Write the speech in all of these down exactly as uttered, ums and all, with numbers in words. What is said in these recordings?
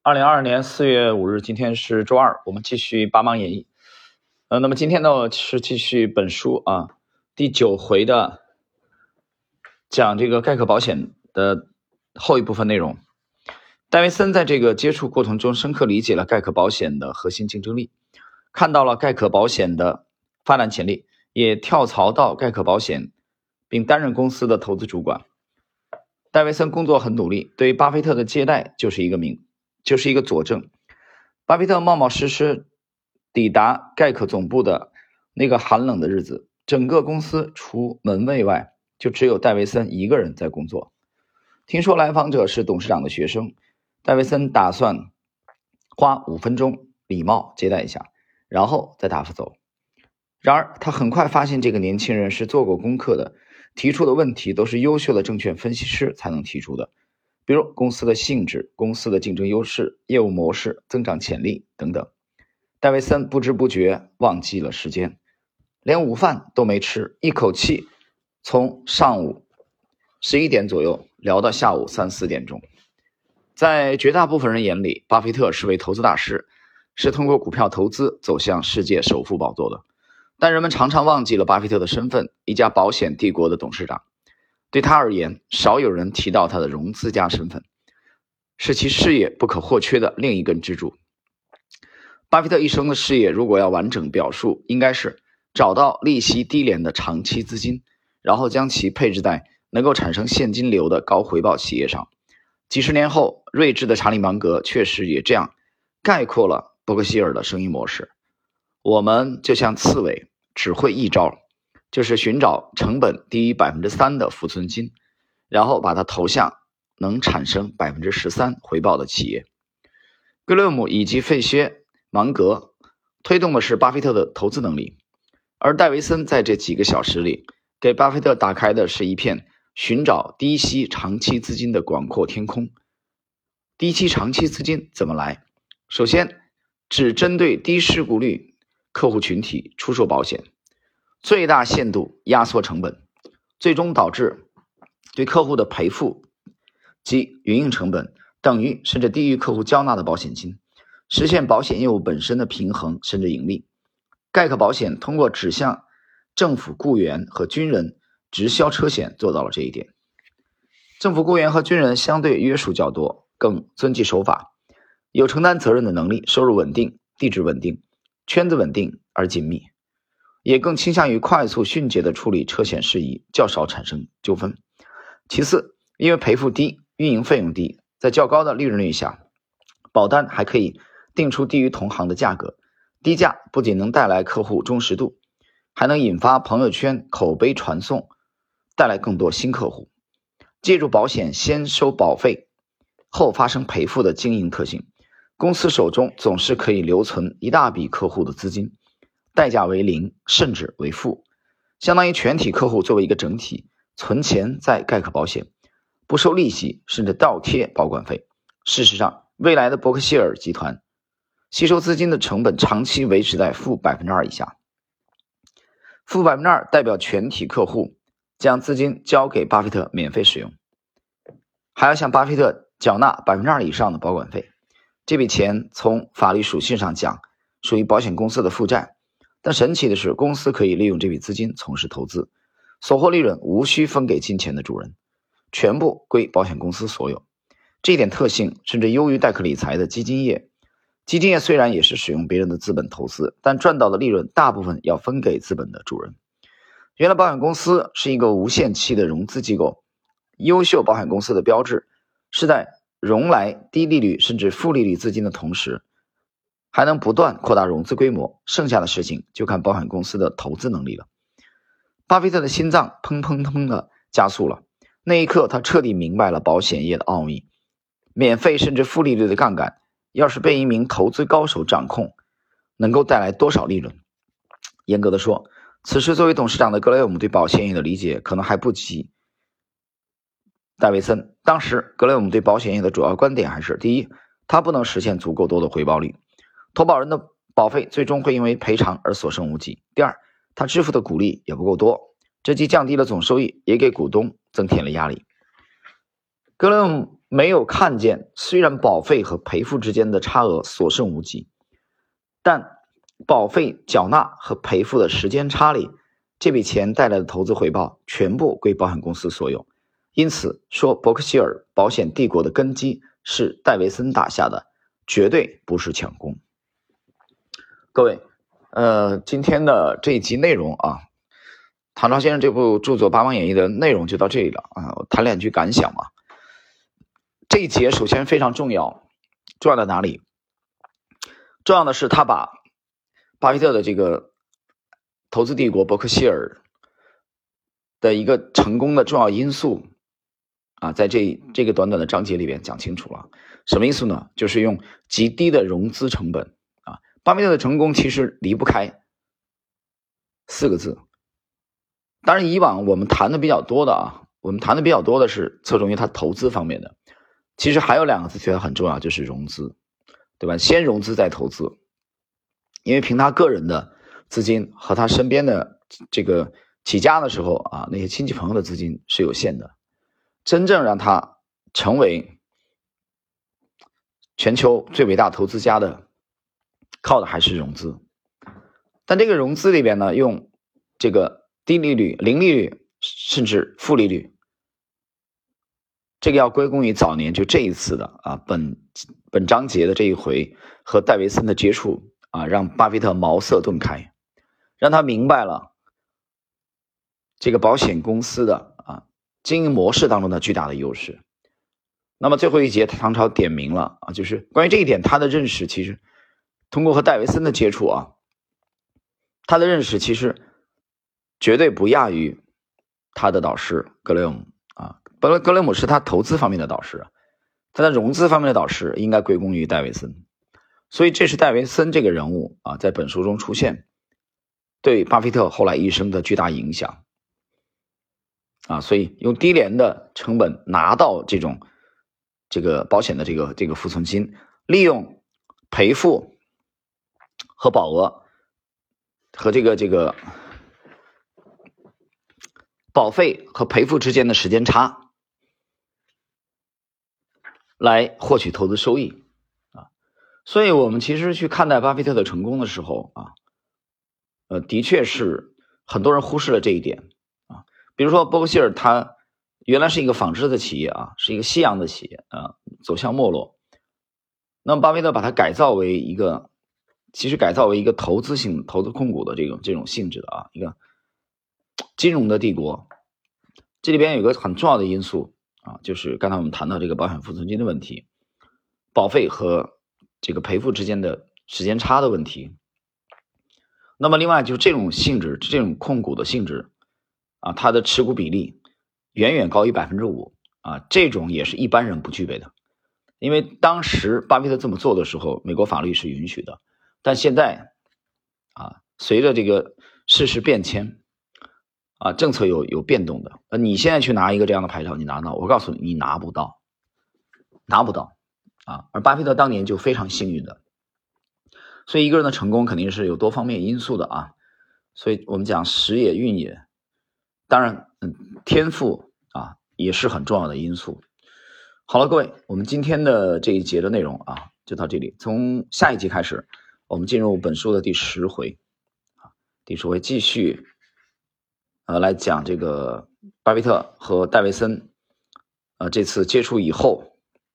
二零二二年四月五日，今天是周二，我们继续八芒演绎。呃，那么今天呢是继续本书啊第九回的讲这个盖克保险的后一部分内容。戴维森在这个接触过程中深刻理解了盖克保险的核心竞争力，看到了盖克保险的发展潜力，也跳槽到盖克保险，并担任公司的投资主管。戴维森工作很努力，对于巴菲特的接待就是一个名就是一个佐证。巴菲特冒冒失失抵达盖克总部的那个寒冷的日子，整个公司除门卫外就只有戴维森一个人在工作。听说来访者是董事长的学生，戴维森打算花五分钟礼貌接待一下，然后再打发走。然而他很快发现这个年轻人是做过功课的，提出的问题都是优秀的证券分析师才能提出的，比如公司的性质、公司的竞争优势、业务模式、增长潜力等等。戴维森不知不觉忘记了时间，连午饭都没吃，一口气从上午十一点左右聊到下午三四点钟。在绝大部分人眼里，巴菲特是位投资大师，是通过股票投资走向世界首富宝座的。但人们常常忘记了巴菲特的身份，一家保险帝国的董事长。对他而言，少有人提到他的融资家身份，是其事业不可或缺的另一根支柱。巴菲特一生的事业如果要完整表述，应该是找到利息低廉的长期资金，然后将其配置在能够产生现金流的高回报企业上。几十年后，睿智的查理芒格确实也这样概括了伯克希尔的生意模式。我们就像刺猬，只会一招，就是寻找成本低于 百分之三 的浮存金，然后把它投向能产生 百分之十三 回报的企业。格雷厄姆以及费歇、芒格推动的是巴菲特的投资能力，而戴维森在这几个小时里给巴菲特打开的是一片寻找低息长期资金的广阔天空。低息长期资金怎么来？首先，只针对低事故率客户群体出售保险，最大限度压缩成本，最终导致对客户的赔付及营运成本等于甚至低于客户交纳的保险金，实现保险业务本身的平衡甚至盈利。盖克保险通过只向政府雇员和军人直销车险做到了这一点。政府雇员和军人相对约束较多，更遵纪守法，有承担责任的能力，收入稳定，地址稳定，圈子稳定而紧密，也更倾向于快速迅捷地处理车险事宜，较少产生纠纷。其次，因为赔付低，运营费用低，在较高的利润率下，保单还可以定出低于同行的价格。低价不仅能带来客户忠实度，还能引发朋友圈口碑传送，带来更多新客户。借助保险先收保费后发生赔付的经营特性，公司手中总是可以留存一大笔客户的资金，代价为零甚至为负，相当于全体客户作为一个整体存钱在盖克保险，不收利息甚至倒贴保管费。事实上，未来的伯克希尔集团吸收资金的成本长期维持在负 百分之二 以下，负 百分之二 代表全体客户将资金交给巴菲特免费使用，还要向巴菲特缴纳 百分之二 以上的保管费。这笔钱从法律属性上讲属于保险公司的负债，但神奇的是，公司可以利用这笔资金从事投资，所获利润无需分给金钱的主人，全部归保险公司所有。这一点特性甚至优于戴克理财的基金业。基金业虽然也是使用别人的资本投资，但赚到的利润大部分要分给资本的主人。原来保险公司是一个无限期的融资机构，优秀保险公司的标志是在融来低利率甚至负利率资金的同时，还能不断扩大融资规模，剩下的事情就看保险公司的投资能力了。巴菲特的心脏砰砰砰的加速了，那一刻他彻底明白了保险业的奥秘。免费甚至负利率的杠杆要是被一名投资高手掌控，能够带来多少利润？严格的说，此时作为董事长的格雷厄姆对保险业的理解可能还不及戴维森。当时格雷厄姆对保险业的主要观点还是：第一，他不能实现足够多的回报率，投保人的保费最终会因为赔偿而所剩无几；第二，他支付的股利也不够多，这既降低了总收益，也给股东增添了压力。格雷厄姆没有看见，虽然保费和赔付之间的差额所剩无几，但保费缴纳和赔付的时间差里，这笔钱带来的投资回报全部归保险公司所有。因此说，伯克希尔保险帝国的根基是戴维森打下的，绝对不是抢功。各位，呃，今天的这一集内容啊，唐朝先生这部著作《八方演义》的内容就到这里了啊，我谈两句感想吧。这一节首先非常重要，重要在哪里？重要的是他把巴菲特的这个投资帝国伯克希尔的一个成功的重要因素啊，在这这个短短的章节里边讲清楚了。什么因素呢？就是用极低的融资成本啊。巴菲特的成功其实离不开四个字。当然以往我们谈的比较多的啊，我们谈的比较多的是侧重于他投资方面的。其实还有两个字觉得很重要，就是融资，对吧？先融资再投资。因为凭他个人的资金和他身边的这个起家的时候啊，那些亲戚朋友的资金是有限的。真正让他成为全球最伟大投资家的，靠的还是融资。但这个融资里边呢，用这个低利率、零利率甚至负利率，这个要归功于早年就这一次的啊本本章节的这一回和戴维森的接触啊，让巴菲特茅塞顿开，让他明白了这个保险公司的啊经营模式当中的巨大的优势。那么最后一节唐朝点明了啊，就是关于这一点他的认识，其实通过和戴维森的接触啊，他的认识其实绝对不亚于他的导师格雷厄姆啊。格雷厄姆是他投资方面的导师，他在融资方面的导师应该归功于戴维森。所以这是戴维森这个人物啊，在本书中出现，对巴菲特后来一生的巨大影响啊。所以用低廉的成本拿到这种这个保险的这个这个付存金，利用赔付和保额和这个这个保费和赔付之间的时间差来获取投资收益啊。所以我们其实去看待巴菲特的成功的时候啊，呃，的确是很多人忽视了这一点啊。比如说伯克希尔他原来是一个纺织的企业啊，是一个西洋的企业啊，走向没落。那么巴菲特把它改造为一个，其实改造为一个投资性、投资控股的这种这种性质的啊，一个金融的帝国。这里边有个很重要的因素啊，就是刚才我们谈到这个保险付存金的问题，保费和这个赔付之间的时间差的问题。那么另外就这种性质，这种控股的性质啊，它的持股比例远远高于 百分之五 啊，这种也是一般人不具备的。因为当时巴菲特这么做的时候，美国法律是允许的，但现在啊，随着这个事实变迁啊，政策有有变动的，呃，你现在去拿一个这样的牌照，你拿到，我告诉你，你拿不到，拿不到啊。而巴菲特当年就非常幸运的，所以一个人的成功肯定是有多方面因素的啊。所以我们讲时也运也，当然，嗯，天赋啊也是很重要的因素。好了，各位，我们今天的这一节的内容啊就到这里。从下一集开始，我们进入本书的第十回啊，第十回继续。呃，来讲这个巴菲特和戴维森，呃，这次接触以后，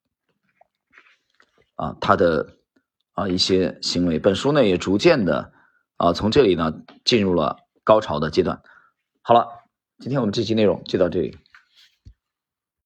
啊，他的啊一些行为，本书呢也逐渐的啊从这里呢进入了高潮的阶段。好了，今天我们这期内容就到这里。